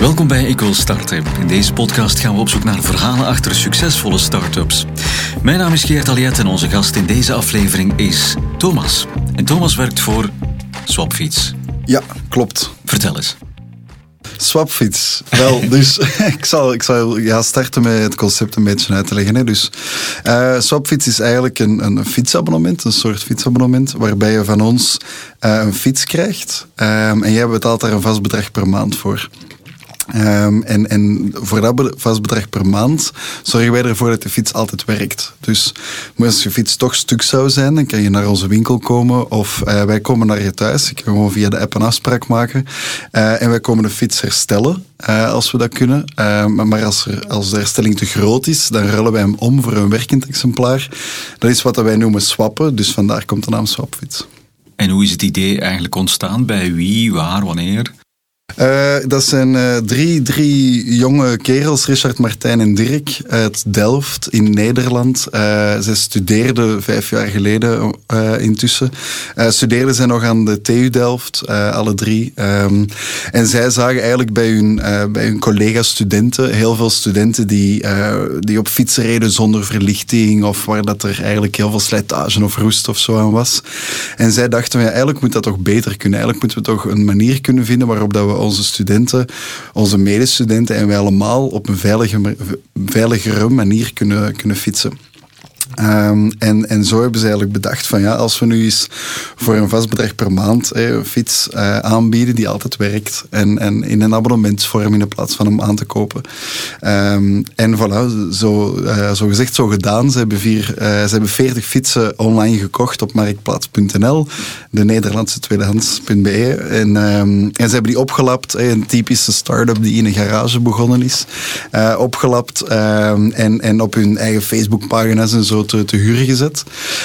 Welkom bij Ik Wil Starten. In deze podcast gaan we op zoek naar verhalen achter succesvolle start-ups. Mijn naam is Geert Aliet en onze gast in deze aflevering is Thomas. En Thomas werkt voor Swapfiets. Ja, klopt. Vertel eens. Swapfiets. Wel, dus ik zal starten met het concept een beetje uit te leggen. Hè. Dus Swapfiets is eigenlijk een fietsabonnement, een soort fietsabonnement, waarbij je van ons een fiets krijgt. En jij betaalt daar een vast bedrag per maand voor. En voor dat vast bedrag per maand zorgen wij ervoor dat de fiets altijd werkt. Dus als je fiets toch stuk zou zijn, dan kan je naar onze winkel komen of wij komen naar je thuis. Je kan gewoon via de app een afspraak maken. En wij komen de fiets herstellen als we dat kunnen. Maar als de herstelling te groot is, dan ruilen wij hem om voor een werkend exemplaar. Dat is wat wij noemen swappen, dus vandaar komt de naam Swapfiets. En hoe is het idee eigenlijk ontstaan? Bij wie, waar, wanneer? Dat zijn drie jonge kerels, Richard, Martijn en Dirk, uit Delft in Nederland. Zij studeerden 5 jaar geleden intussen. Studeerden zij nog aan de TU Delft, alle drie. En zij zagen eigenlijk bij hun collega-studenten, heel veel studenten die op fietsen reden zonder verlichting of waar dat er eigenlijk heel veel slijtage of roest of zo aan was. En zij dachten, ja, eigenlijk moet dat toch beter kunnen. Eigenlijk moeten we toch een manier kunnen vinden waarop dat we onze studenten, onze medestudenten en wij allemaal op een veiligere manier kunnen fietsen. En zo hebben ze eigenlijk bedacht van ja, als we nu eens voor een vast bedrag per maand een fiets aanbieden die altijd werkt en in een abonnementsvorm in plaats van hem aan te kopen. En voilà, zo gezegd, zo gedaan. Ze hebben 40 fietsen online gekocht op marktplaats.nl, de Nederlandse tweedehands.be. En ze hebben die opgelapt, een typische start-up die in een garage begonnen is, opgelapt en op hun eigen Facebookpagina's en zo te huur gezet.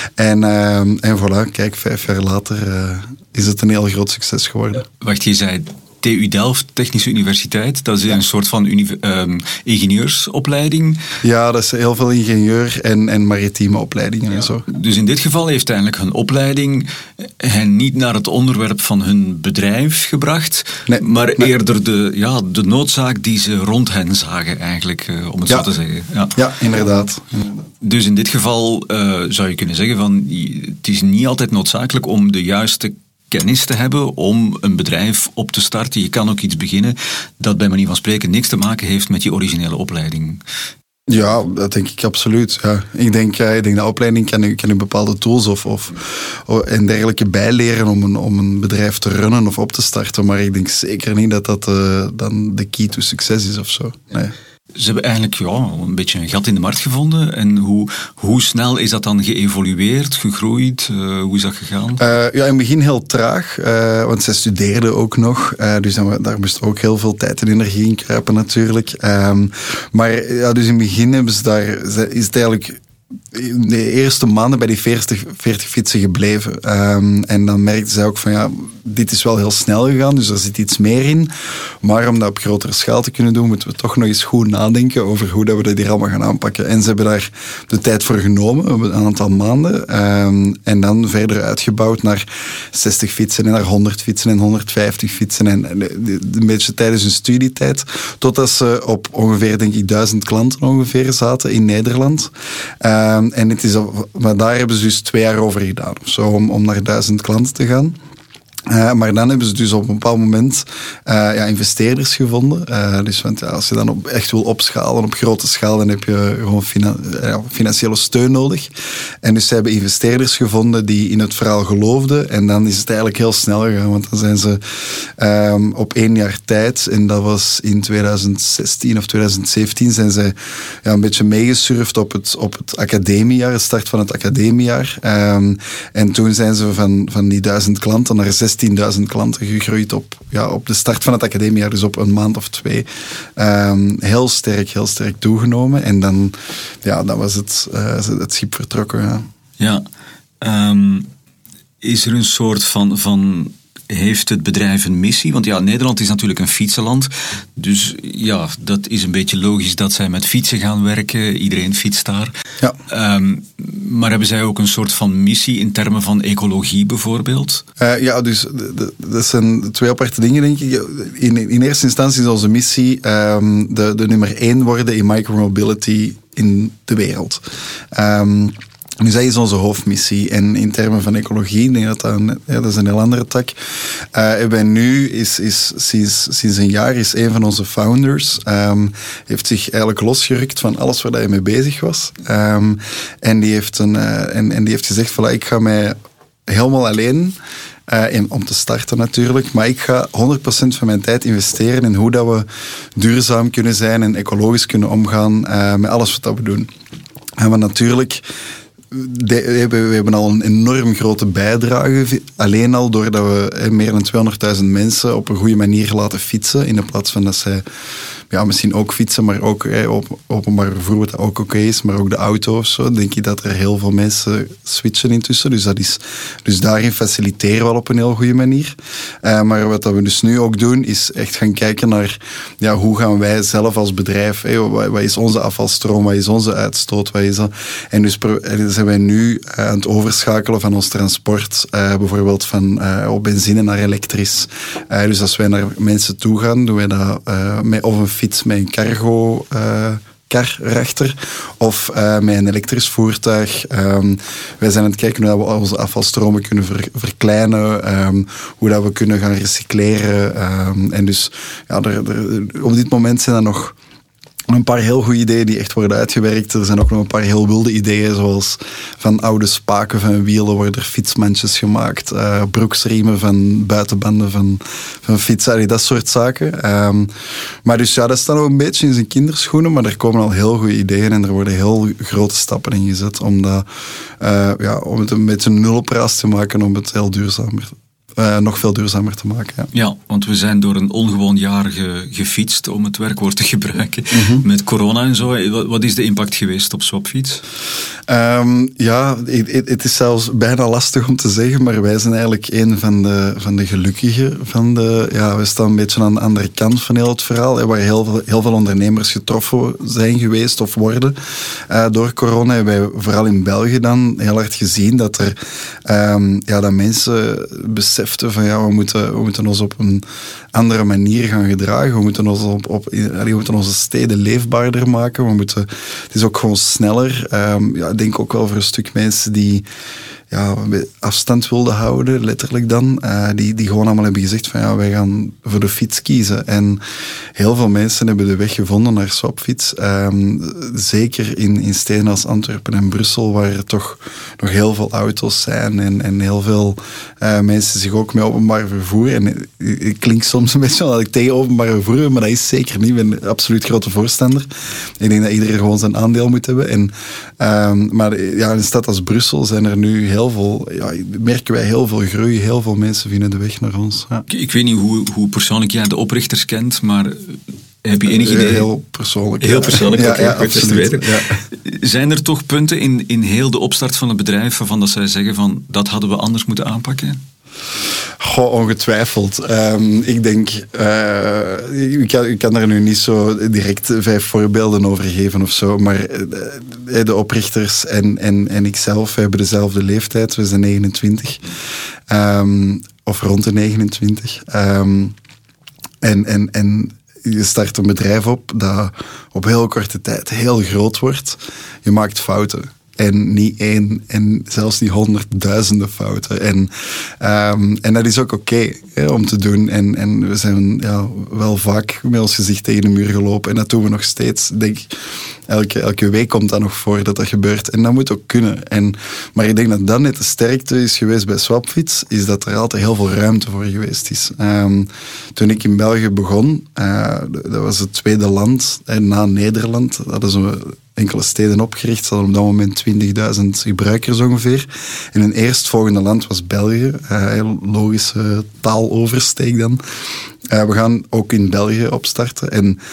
En voilà, kijk, 5 jaar later is het een heel groot succes geworden. Wacht, je zei TU Delft, Technische Universiteit. Dat is een soort van ingenieursopleiding. Ja, dat is heel veel ingenieur en maritieme opleidingen en zo. Dus in dit geval heeft eigenlijk hun opleiding hen niet naar het onderwerp van hun bedrijf gebracht, maar eerder de noodzaak die ze rond hen zagen eigenlijk, om het zo te zeggen. Ja, inderdaad. Dus in dit geval zou je kunnen zeggen van het is niet altijd noodzakelijk om de juiste kennis te hebben om een bedrijf op te starten. Je kan ook iets beginnen dat bij manier van spreken niks te maken heeft met je originele opleiding. Ja, dat denk ik absoluut. Ja. Ik denk de opleiding kan u bepaalde tools en dergelijke bijleren om een bedrijf te runnen of op te starten. Maar ik denk zeker niet dat dan de key to succes is of zo. Nee. Ze hebben eigenlijk een beetje een gat in de markt gevonden. En hoe snel is dat dan geëvolueerd, gegroeid? Hoe is dat gegaan? In het begin heel traag, want zij studeerden ook nog. Dus daar moest ook heel veel tijd en energie in kruipen natuurlijk. Maar ja, dus in het begin is het eigenlijk de eerste maanden bij die 40 fietsen gebleven. En dan merkten zij ook van ja, dit is wel heel snel gegaan, dus er zit iets meer in. Maar om dat op grotere schaal te kunnen doen, moeten we toch nog eens goed nadenken over hoe dat we dat hier allemaal gaan aanpakken. En ze hebben daar de tijd voor genomen, een aantal maanden. En dan verder uitgebouwd naar 60 fietsen en naar 100 fietsen en 150 fietsen. En een beetje tijdens hun studietijd. Totdat ze op ongeveer, denk ik, 1000 klanten ongeveer zaten in Nederland. Maar daar hebben ze dus 2 jaar over gedaan of zo, om naar 1000 klanten te gaan. Maar dan hebben ze dus op een bepaald moment investeerders gevonden. Want als je dan echt wil opschalen op grote schaal, dan heb je gewoon financiële steun nodig. En dus ze hebben investeerders gevonden die in het verhaal geloofden. En dan is het eigenlijk heel snel gegaan, want dan zijn ze op 1 jaar tijd, en dat was in 2016 of 2017, zijn ze een beetje meegesurfd op het academiejaar, het start van het academiejaar. En toen zijn ze van die 1000 klanten naar 16.000 klanten gegroeid op de start van het academiejaar, dus op een maand of 2. Heel sterk toegenomen. En dan was het schip vertrokken. Ja. Is er een soort van heeft het bedrijf een missie? Want ja, Nederland is natuurlijk een fietsenland. Dus ja, dat is een beetje logisch dat zij met fietsen gaan werken. Iedereen fietst daar. Ja. Maar hebben zij ook een soort van missie in termen van ecologie bijvoorbeeld? Ja, dus dat zijn twee aparte dingen, denk ik. In eerste instantie is onze missie de nummer 1 worden in micromobility in de wereld. Dus dat is onze hoofdmissie. En in termen van ecologie, ik denk dat is een heel andere tak. Wij nu, sinds een jaar, is een van onze founders, heeft zich eigenlijk losgerukt van alles waar hij mee bezig was. En die heeft gezegd, voilà, ik ga mij helemaal alleen, om te starten natuurlijk, maar ik ga 100% van mijn tijd investeren in hoe dat we duurzaam kunnen zijn en ecologisch kunnen omgaan met alles wat we doen. En we natuurlijk... We hebben al een enorm grote bijdrage, alleen al doordat we meer dan 200.000 mensen op een goede manier laten fietsen, in plaats van dat zij misschien ook fietsen, maar ook openbaar vervoer, wat ook oké is, maar ook de auto of zo, denk ik dat er heel veel mensen switchen intussen. Dus daarin faciliteren we wel op een heel goede manier. Maar wat we dus nu ook doen, is echt gaan kijken naar hoe gaan wij zelf als bedrijf, wat is onze afvalstroom, wat is onze uitstoot, wat is dat? En dus zijn wij nu aan het overschakelen van ons transport, bijvoorbeeld van op benzine naar elektrisch. Dus als wij naar mensen toe gaan, doen wij dat of een fiets met een cargo kar erachter of met een elektrisch voertuig. Wij zijn aan het kijken hoe we onze afvalstromen kunnen verkleinen, hoe dat we kunnen gaan recycleren. En dus op dit moment zijn er nog een paar heel goede ideeën die echt worden uitgewerkt. Er zijn ook nog een paar heel wilde ideeën, zoals van oude spaken van wielen worden er fietsmandjes gemaakt, broeksriemen van buitenbanden van fietsen, dat soort zaken. Maar dus dat staat nog een beetje in zijn kinderschoenen, maar er komen al heel goede ideeën en er worden heel grote stappen in gezet om het een beetje een nuloperatie te maken, om het heel duurzamer nog veel duurzamer te maken. Ja, want we zijn door een ongewoon jaar gefietst, om het werkwoord te gebruiken, met corona en zo. Wat is de impact geweest op Swapfiets? Het is zelfs bijna lastig om te zeggen, maar wij zijn eigenlijk een van de gelukkigen. We staan een beetje aan de andere kant van heel het verhaal, waar heel veel ondernemers getroffen zijn geweest of worden door corona. Hebben wij vooral in België dan heel hard gezien dat er dat mensen beseften van we moeten ons op een andere manier gaan gedragen. We moeten onze steden leefbaarder maken. Het is ook gewoon sneller. Ik denk ook wel voor een stuk mensen die afstand wilden houden, letterlijk dan. Die gewoon allemaal hebben gezegd van wij gaan voor de fiets kiezen. En heel veel mensen hebben de weg gevonden naar Swapfiets. Zeker in steden als Antwerpen en Brussel, waar er toch nog heel veel auto's zijn en heel veel mensen zich ook met openbaar vervoer. En het klinkt soms een beetje dat ik tegen openbaar vervoer ben, maar dat is zeker niet. Ik ben een absoluut grote voorstander. Ik denk dat iedereen gewoon zijn aandeel moet hebben. Maar in een stad als Brussel zijn er nu merken wij heel veel groei. Heel veel mensen vinden de weg naar ons. Ja. Ik weet niet hoe persoonlijk jij de oprichters kent, maar heb je enig idee? Heel persoonlijk. Heel persoonlijk, ja, absoluut. Ja. Zijn er toch punten in heel de opstart van het bedrijf waarvan dat zij zeggen van dat hadden we anders moeten aanpakken? Ongetwijfeld. Ik denk, ik kan daar nu niet zo direct 5 voorbeelden over geven of zo, maar de oprichters en ikzelf, we hebben dezelfde leeftijd, we zijn 29, of rond de 29. En je start een bedrijf op dat op heel korte tijd heel groot wordt. Je maakt fouten. En niet 1 en zelfs niet 100.000 fouten. En dat is ook oké om te doen. En we zijn wel vaak met ons gezicht tegen de muur gelopen. En dat doen we nog steeds. Ik denk, elke week komt dat nog voor dat gebeurt. En dat moet ook kunnen. Maar ik denk dat net de sterkte is geweest bij Swapfiets, is dat er altijd heel veel ruimte voor geweest is. Toen ik in België begon, dat was het tweede land na Nederland. Dat is enkele steden opgericht. Ze hadden op dat moment 20.000 gebruikers ongeveer. En hun eerstvolgende land was België. Heel logische taaloversteek dan. We gaan ook in België opstarten. En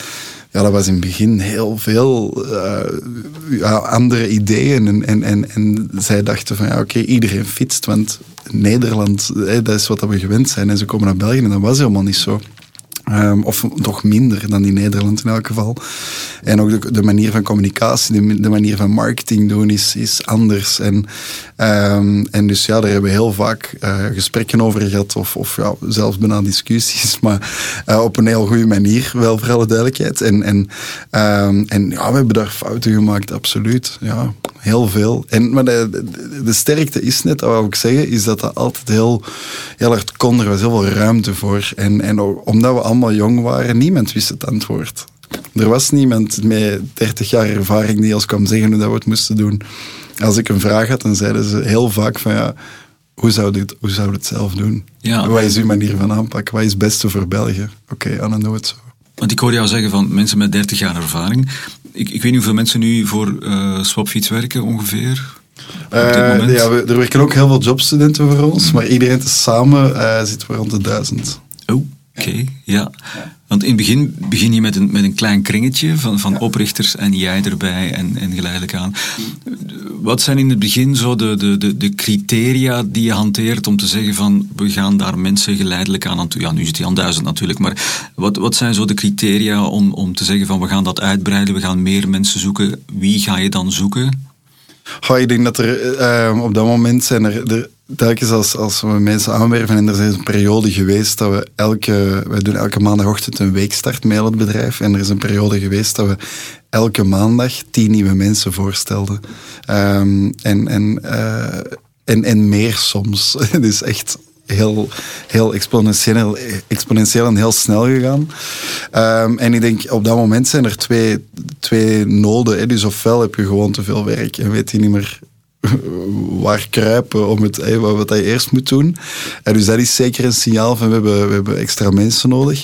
ja, dat was in het begin heel veel andere ideeën. En zij dachten van, ja, oké, iedereen fietst, want Nederland, dat is wat we gewend zijn. En ze komen naar België en dat was helemaal niet zo. Of nog minder dan in Nederland in elk geval. En ook de manier van communicatie, de manier van marketing doen is anders. En dus ja, daar hebben we heel vaak gesprekken over gehad. Of ja, zelfs bijna discussies. Maar op een heel goede manier, wel voor alle duidelijkheid. En ja, we hebben daar fouten gemaakt, absoluut. Ja, heel veel. Maar de sterkte is net, dat wou ik zeggen, is dat dat altijd heel hard kon. Er was heel veel ruimte voor. En omdat we allemaal jong waren, niemand wist het antwoord. Er was niemand met 30 jaar ervaring die ons kwam zeggen hoe dat we het moesten doen. Als ik een vraag had, dan zeiden ze heel vaak van ja, hoe zou je het zelf doen? Ja. Wat is uw manier van aanpak? Wat is het beste voor België? Oké, dan doen we het zo. Want ik hoor jou zeggen van mensen met 30 jaar ervaring. Ik weet niet hoeveel mensen nu voor Swapfiets werken ongeveer. Ja, er werken ook heel veel jobstudenten voor ons, maar iedereen tezamen zit we rond de 1000. Oh, oké, ja. Want in het begin begin je met een klein kringetje van oprichters en jij erbij en geleidelijk aan. Wat zijn in het begin zo de criteria die je hanteert om te zeggen van we gaan daar mensen geleidelijk aan toe? Ja, nu zit hij aan 1000 natuurlijk, maar wat zijn zo de criteria om te zeggen van we gaan dat uitbreiden, we gaan meer mensen zoeken. Wie ga je dan zoeken? Ik denk dat er op dat moment zijn er telkens als we mensen aanwerven en er is een periode geweest dat wij doen elke maandagochtend een weekstart met het bedrijf en er is een periode geweest dat we elke maandag 10 nieuwe mensen voorstelden. En meer soms. Dus echt heel exponentieel en heel snel gegaan. En ik denk, op dat moment zijn er twee noden. Hè. Dus ofwel heb je gewoon te veel werk en weet je niet meer waar kruipen om wat je eerst moet doen. Dus dat is zeker een signaal van we hebben extra mensen nodig.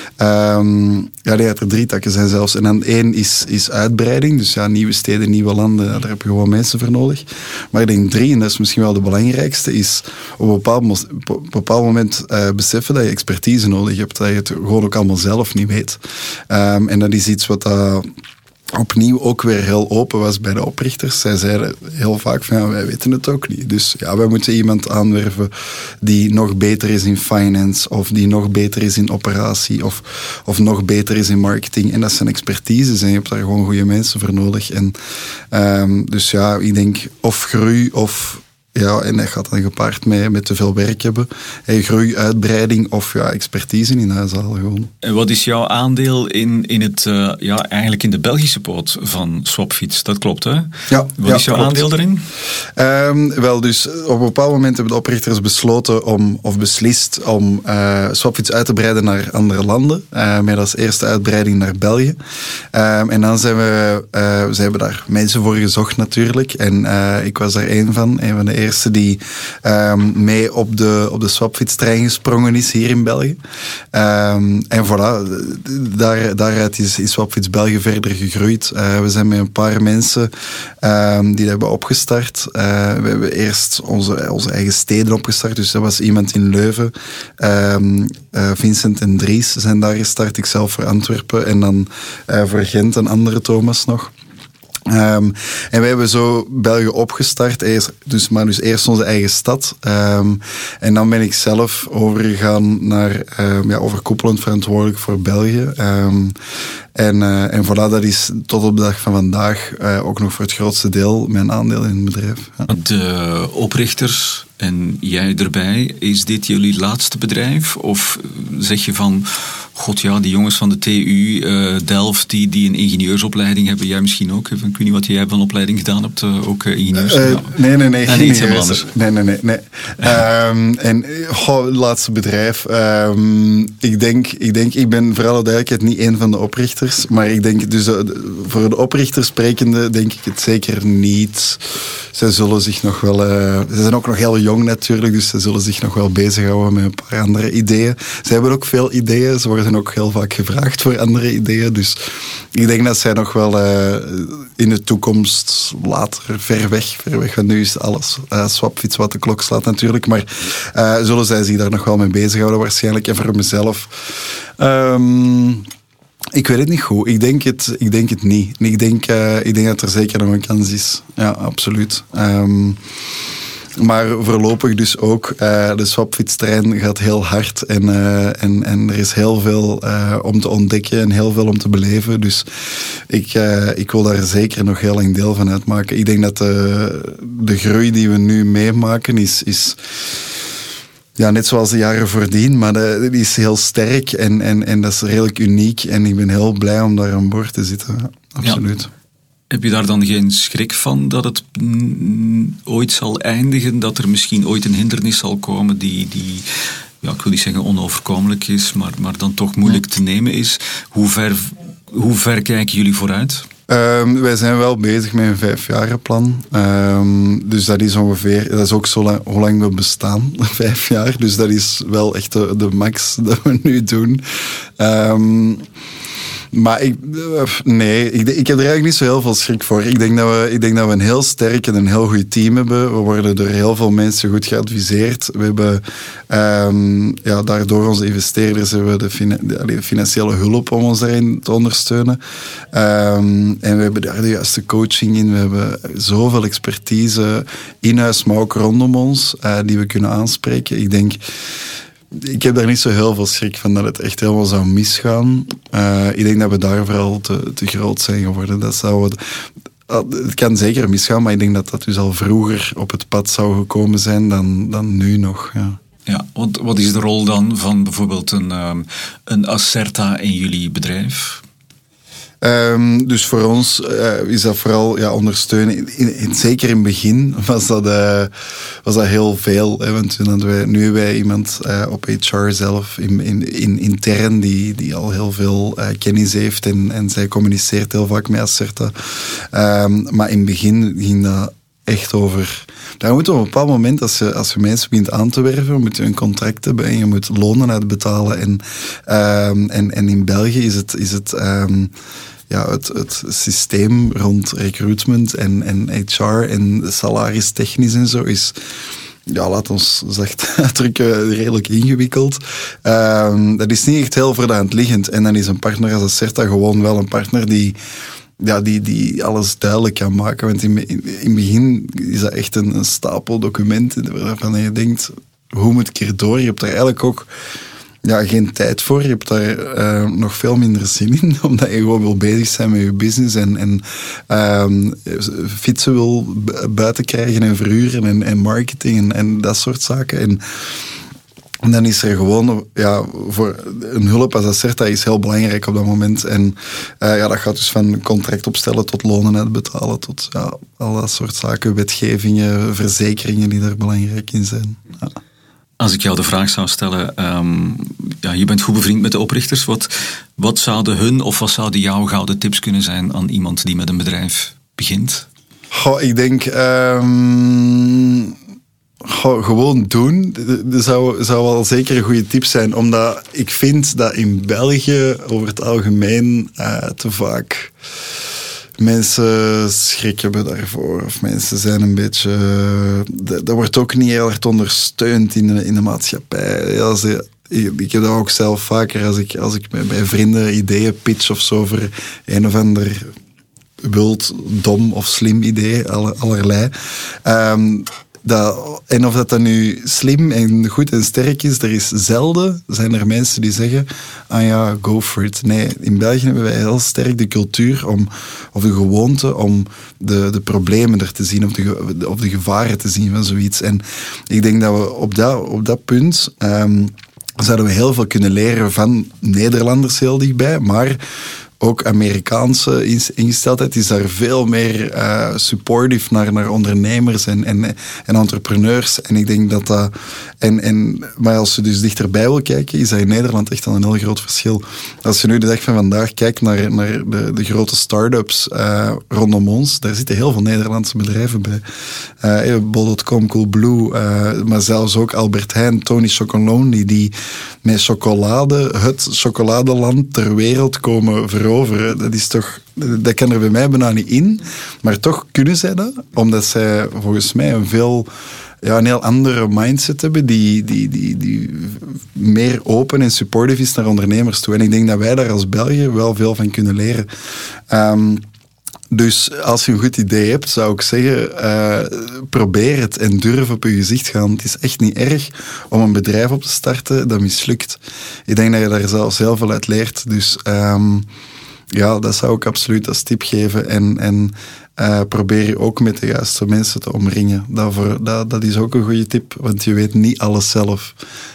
Ja, die er 3 takken zijn zelfs. En dan 1 is uitbreiding. Dus ja, nieuwe steden, nieuwe landen, daar heb je gewoon mensen voor nodig. Maar ik denk 3, en dat is misschien wel de belangrijkste, is op een bepaald moment beseffen dat je expertise nodig hebt. Dat je het gewoon ook allemaal zelf niet weet. En dat is iets wat opnieuw ook weer heel open was bij de oprichters. Zij zeiden heel vaak van, ja, wij weten het ook niet. Dus ja, wij moeten iemand aanwerven die nog beter is in finance, of die nog beter is in operatie, of nog beter is in marketing. En dat zijn expertises en je hebt daar gewoon goede mensen voor nodig. En dus ja, ik denk of groei of... Ja, en dat gaat dan gepaard met te veel werk hebben. Groei, uitbreiding of ja, expertise in huis halen gewoon. En wat is jouw aandeel in het, eigenlijk in de Belgische poot van Swapfiets? Dat klopt, hè? Ja. Wat is jouw aandeel daarin? Wel, dus op een bepaald moment hebben de oprichters beslist om Swapfiets uit te breiden naar andere landen. Met als eerste uitbreiding naar België. En dan ze hebben daar mensen voor gezocht natuurlijk. En ik was daar een van de eerste die mee op de Swapfiets-trein gesprongen is hier in België. En voilà, daaruit is Swapfiets België verder gegroeid. We zijn met een paar mensen die hebben opgestart. We hebben eerst onze eigen steden opgestart. Dus dat was iemand in Leuven. Vincent en Dries zijn daar gestart. Ik zelf voor Antwerpen. En dan voor Gent een andere Thomas nog. En wij hebben zo België opgestart, dus eerst onze eigen stad. En dan ben ik zelf overgegaan naar overkoepelend verantwoordelijk voor België. En voilà, dat is tot op de dag van vandaag ook nog voor het grootste deel mijn aandeel in het bedrijf. Ja. De oprichters en jij erbij, is dit jullie laatste bedrijf? Of zeg je van, god ja, die jongens van de TU Delft die een ingenieursopleiding hebben, jij misschien ook? Ik weet niet wat jij van opleiding gedaan hebt, ook ingenieurs? Nee. Geen iets helemaal anders. Nee. Het laatste bedrijf. Ik ben voor alle duidelijkheid niet één van de oprichters, maar ik denk, dus voor de oprichters sprekende, denk ik het zeker niet. Zij zullen zich nog wel... ze zijn ook nog heel jong natuurlijk, dus ze zullen zich nog wel bezighouden met een paar andere ideeën. Ze hebben ook veel ideeën, ze worden ook heel vaak gevraagd voor andere ideeën, dus ik denk dat zij nog wel in de toekomst later, ver weg, want nu is alles Swapfiets wat de klok slaat natuurlijk, maar zullen zij zich daar nog wel mee bezighouden waarschijnlijk. En voor mezelf... Ik weet het niet goed. Ik denk het niet. Ik denk dat er zeker nog een kans is. Ja, absoluut. Maar voorlopig dus ook, de swapfietstrein gaat heel hard en er is heel veel om te ontdekken en heel veel om te beleven. Dus ik wil daar zeker nog heel lang deel van uitmaken. Ik denk dat de groei die we nu meemaken is ja, net zoals de jaren voordien, maar die is heel sterk en dat is redelijk uniek. En ik ben heel blij om daar aan boord te zitten. Ja, absoluut. Ja. Heb je daar dan geen schrik van dat het ooit zal eindigen? Dat er misschien ooit een hindernis zal komen die ja, ik wil niet zeggen onoverkomelijk is, maar dan toch moeilijk te nemen is? Hoe ver kijken jullie vooruit? Wij zijn wel bezig met een 5-jarenplan. Dus dat is ongeveer, dat is ook zo lang, hoe lang we bestaan, 5 jaar. Dus dat is wel echt de max dat we nu doen. Maar ik heb er eigenlijk niet zo heel veel schrik voor. Ik denk dat we een heel sterk en een heel goed team hebben. We worden door heel veel mensen goed geadviseerd. We hebben daardoor onze investeerders hebben de financiële hulp om ons daarin te ondersteunen. En we hebben daar de juiste coaching in. We hebben zoveel expertise in huis, maar ook rondom ons, die we kunnen aanspreken. Ik heb daar niet zo heel veel schrik van dat het echt helemaal zou misgaan. Ik denk dat we daar vooral te groot zijn geworden. Het kan zeker misgaan, maar ik denk dat dus al vroeger op het pad zou gekomen zijn dan nu nog. Ja. Ja, want wat is de rol dan van bijvoorbeeld een Acerta in jullie bedrijf? Dus voor ons is dat vooral ondersteunen. Zeker in het begin was dat heel veel. Hè, want nu hebben wij iemand op HR zelf intern die al heel veel kennis heeft en zij communiceert heel vaak met Acerta. Maar in het begin ging dat echt over. Daar moet op een bepaald moment, als je mensen begint aan te werven, moet je een contract hebben en je moet lonen uitbetalen. En in België is het systeem rond recruitment en HR en salaristechnisch en zo is, ja, laat ons zacht uitdrukken, redelijk ingewikkeld. Dat is niet echt heel voor de hand liggend. En dan is een partner als Acerta gewoon wel een partner die alles duidelijk kan maken. Want in het begin is dat echt een stapel documenten waarvan je denkt, hoe moet ik hierdoor? Je hebt daar eigenlijk ook geen tijd voor. Je hebt daar nog veel minder zin in, omdat je gewoon wil bezig zijn met je business en fietsen wil buiten krijgen en verhuren en marketing en dat soort zaken. En dan is er gewoon, voor een hulp als Acerta is heel belangrijk op dat moment. En dat gaat dus van contract opstellen tot lonen uitbetalen, tot al dat soort zaken, wetgevingen, verzekeringen die daar belangrijk in zijn. Ja. Als ik jou de vraag zou stellen, je bent goed bevriend met de oprichters. Wat zouden hun of wat zouden jouw gouden tips kunnen zijn aan iemand die met een bedrijf begint? Ik denk gewoon doen. Dat zou wel zeker een goede tip zijn. Omdat ik vind dat in België over het algemeen te vaak mensen schrik hebben daarvoor. Of mensen zijn een beetje. Dat wordt ook niet heel erg ondersteund in de maatschappij. Ik heb dat ook zelf vaker als ik bij vrienden ideeën pitch of zo voor een of ander wild, dom of slim idee, allerlei. En of dat nu slim en goed en sterk is, zijn er mensen die zeggen, go for it. Nee, in België hebben wij heel sterk de cultuur of de gewoonte om de problemen er te zien of de gevaren te zien van zoiets. En ik denk dat we op dat punt zouden we heel veel kunnen leren van Nederlanders heel dichtbij, maar ook Amerikaanse ingesteldheid is daar veel meer supportive naar ondernemers en entrepreneurs. En ik denk dat maar als je dus dichterbij wil kijken, is dat in Nederland echt al een heel groot verschil. Als je nu de dag van vandaag kijkt naar de grote start-ups rondom ons, daar zitten heel veel Nederlandse bedrijven bij. Bol.com, Coolblue, maar zelfs ook Albert Heijn, Tony Chocolonely, die met chocolade het chocoladeland ter wereld komen veroveren. Dat kan er bij mij bijna niet in, maar toch kunnen zij dat, omdat zij volgens mij een veel een heel andere mindset hebben, die meer open en supportive is naar ondernemers toe. En ik denk dat wij daar als België wel veel van kunnen leren. Dus als je een goed idee hebt, zou ik zeggen, probeer het en durf op je gezicht gaan. Het is echt niet erg om een bedrijf op te starten dat mislukt. Ik denk dat je daar zelfs heel veel uit leert. Dus dat zou ik absoluut als tip geven. En probeer je ook met de juiste mensen te omringen. Dat is ook een goede tip, want je weet niet alles zelf.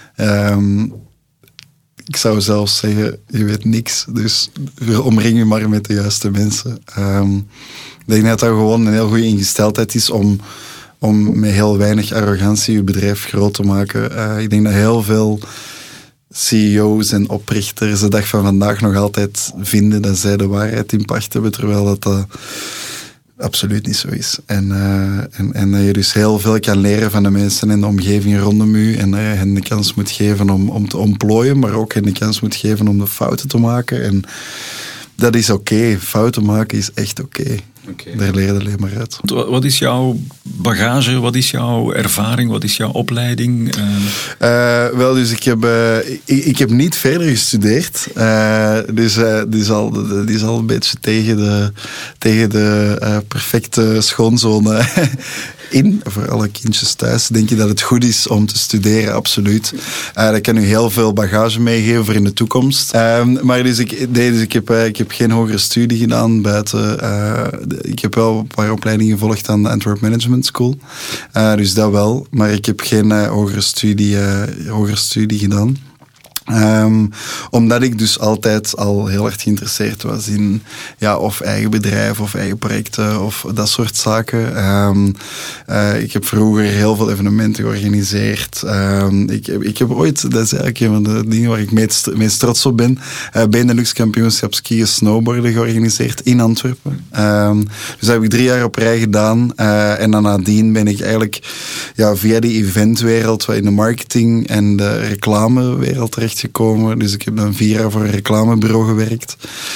Ik zou zelfs zeggen, je weet niks. Dus omring je maar met de juiste mensen. Ik denk dat dat gewoon een heel goede ingesteldheid is om met heel weinig arrogantie je bedrijf groot te maken. Ik denk dat heel veel CEO's en oprichters de dag van vandaag nog altijd vinden dat zij de waarheid in pacht hebben, terwijl dat absoluut niet zo is. En dat je dus heel veel kan leren van de mensen in de omgeving rondom u en dat je hen de kans moet geven om te ontplooien, maar ook hen de kans moet geven om de fouten te maken. En dat is oké. Fouten maken is echt oké. Daar leer je alleen maar uit. Wat is jouw bagage? Wat is jouw ervaring? Wat is jouw opleiding? Wel, dus ik heb niet verder gestudeerd. Dus die is al een beetje tegen de perfecte schoonzone in. Voor alle kindjes thuis denk je dat het goed is om te studeren, absoluut. Dat kan u heel veel bagage meegeven voor in de toekomst. Maar ik heb geen hogere studie gedaan buiten. Ik heb wel een paar opleidingen gevolgd aan de Antwerp Management School. Dus dat wel. Maar ik heb geen hogere studie gedaan. Omdat ik dus altijd al heel erg geïnteresseerd was in of eigen bedrijf of eigen projecten of dat soort zaken. Ik heb vroeger heel veel evenementen georganiseerd. Ik heb ooit, dat is eigenlijk een van de dingen waar ik meest trots op ben, Benelux kampioenschap skiën snowboarden georganiseerd in Antwerpen. Dus dat heb ik 3 jaar op rij gedaan. En dan nadien ben ik eigenlijk via die eventwereld, in de marketing en de reclamewereld terechtgekomen. Dus ik heb dan 4 jaar voor een reclamebureau gewerkt.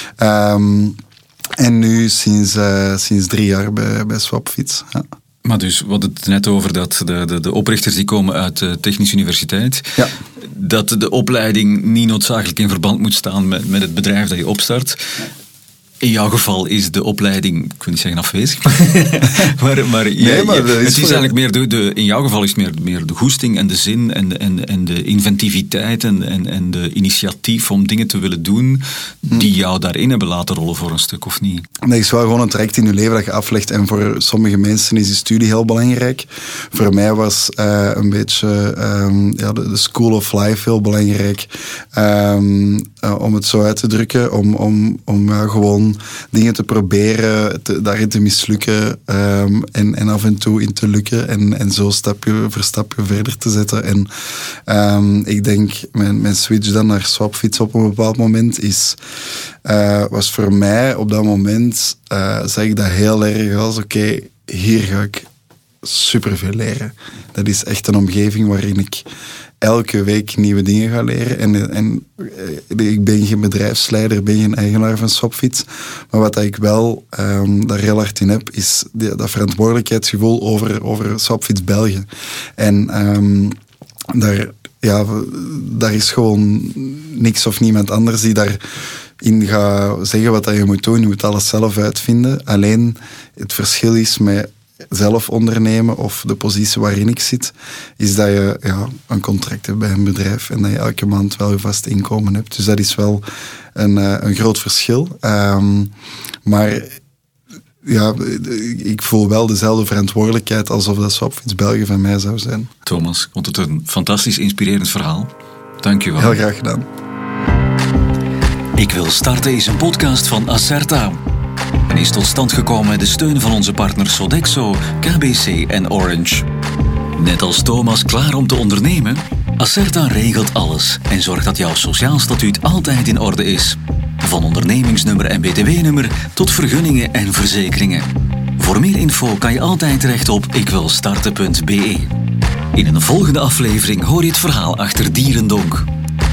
En nu sinds 3 jaar bij Swapfiets. Ja. Maar dus, we hadden het net over dat de oprichters die komen uit de Technische Universiteit. Ja. Dat de opleiding niet noodzakelijk in verband moet staan met het bedrijf dat je opstart. In jouw geval is de opleiding, ik wil niet zeggen afwezig, maar het is eigenlijk meer in jouw geval is het meer de goesting en de zin en de inventiviteit en de initiatief om dingen te willen doen die jou daarin hebben laten rollen voor een stuk, of niet? Nee, het is wel gewoon een traject in je leven dat je aflegt en voor sommige mensen is die studie heel belangrijk. Voor mij was een beetje de school of life heel belangrijk, om het zo uit te drukken, om gewoon dingen te proberen, daarin te mislukken en af en toe in te lukken en zo stapje voor stapje verder te zetten. En ik denk, mijn switch dan naar Swapfiets op een bepaald moment was voor mij op dat moment, zag ik dat heel erg als oké, hier ga ik superveel leren. Dat is echt een omgeving waarin ik elke week nieuwe dingen ga leren. En ik ben geen bedrijfsleider, ik ben geen eigenaar van Swapfiets. Maar wat ik wel daar heel hard in heb, is dat verantwoordelijkheidsgevoel over Swapfiets België. En daar is gewoon niks of niemand anders die daarin gaat zeggen wat je moet doen. Je moet alles zelf uitvinden. Alleen het verschil is met zelf ondernemen of de positie waarin ik zit, is dat je een contract hebt bij een bedrijf en dat je elke maand wel je vast inkomen hebt. Dus dat is wel een groot verschil. Maar ik voel wel dezelfde verantwoordelijkheid alsof dat Swapfiets België van mij zou zijn. Thomas, ik vond het een fantastisch inspirerend verhaal. Dank je wel. Heel graag gedaan. Ik wil starten is een podcast van Acerta. En is tot stand gekomen met de steun van onze partners Sodexo, KBC en Orange. Net als Thomas klaar om te ondernemen, Acerta regelt alles en zorgt dat jouw sociaal statuut altijd in orde is. Van ondernemingsnummer en btw-nummer tot vergunningen en verzekeringen. Voor meer info kan je altijd terecht op ikwilstarten.be. In een volgende aflevering hoor je het verhaal achter Dierendonk.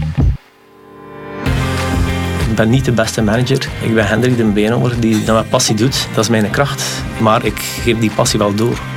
Ik ben niet de beste manager. Ik ben Hendrik de Beenhouwer die dat met passie doet. Dat is mijn kracht. Maar ik geef die passie wel door.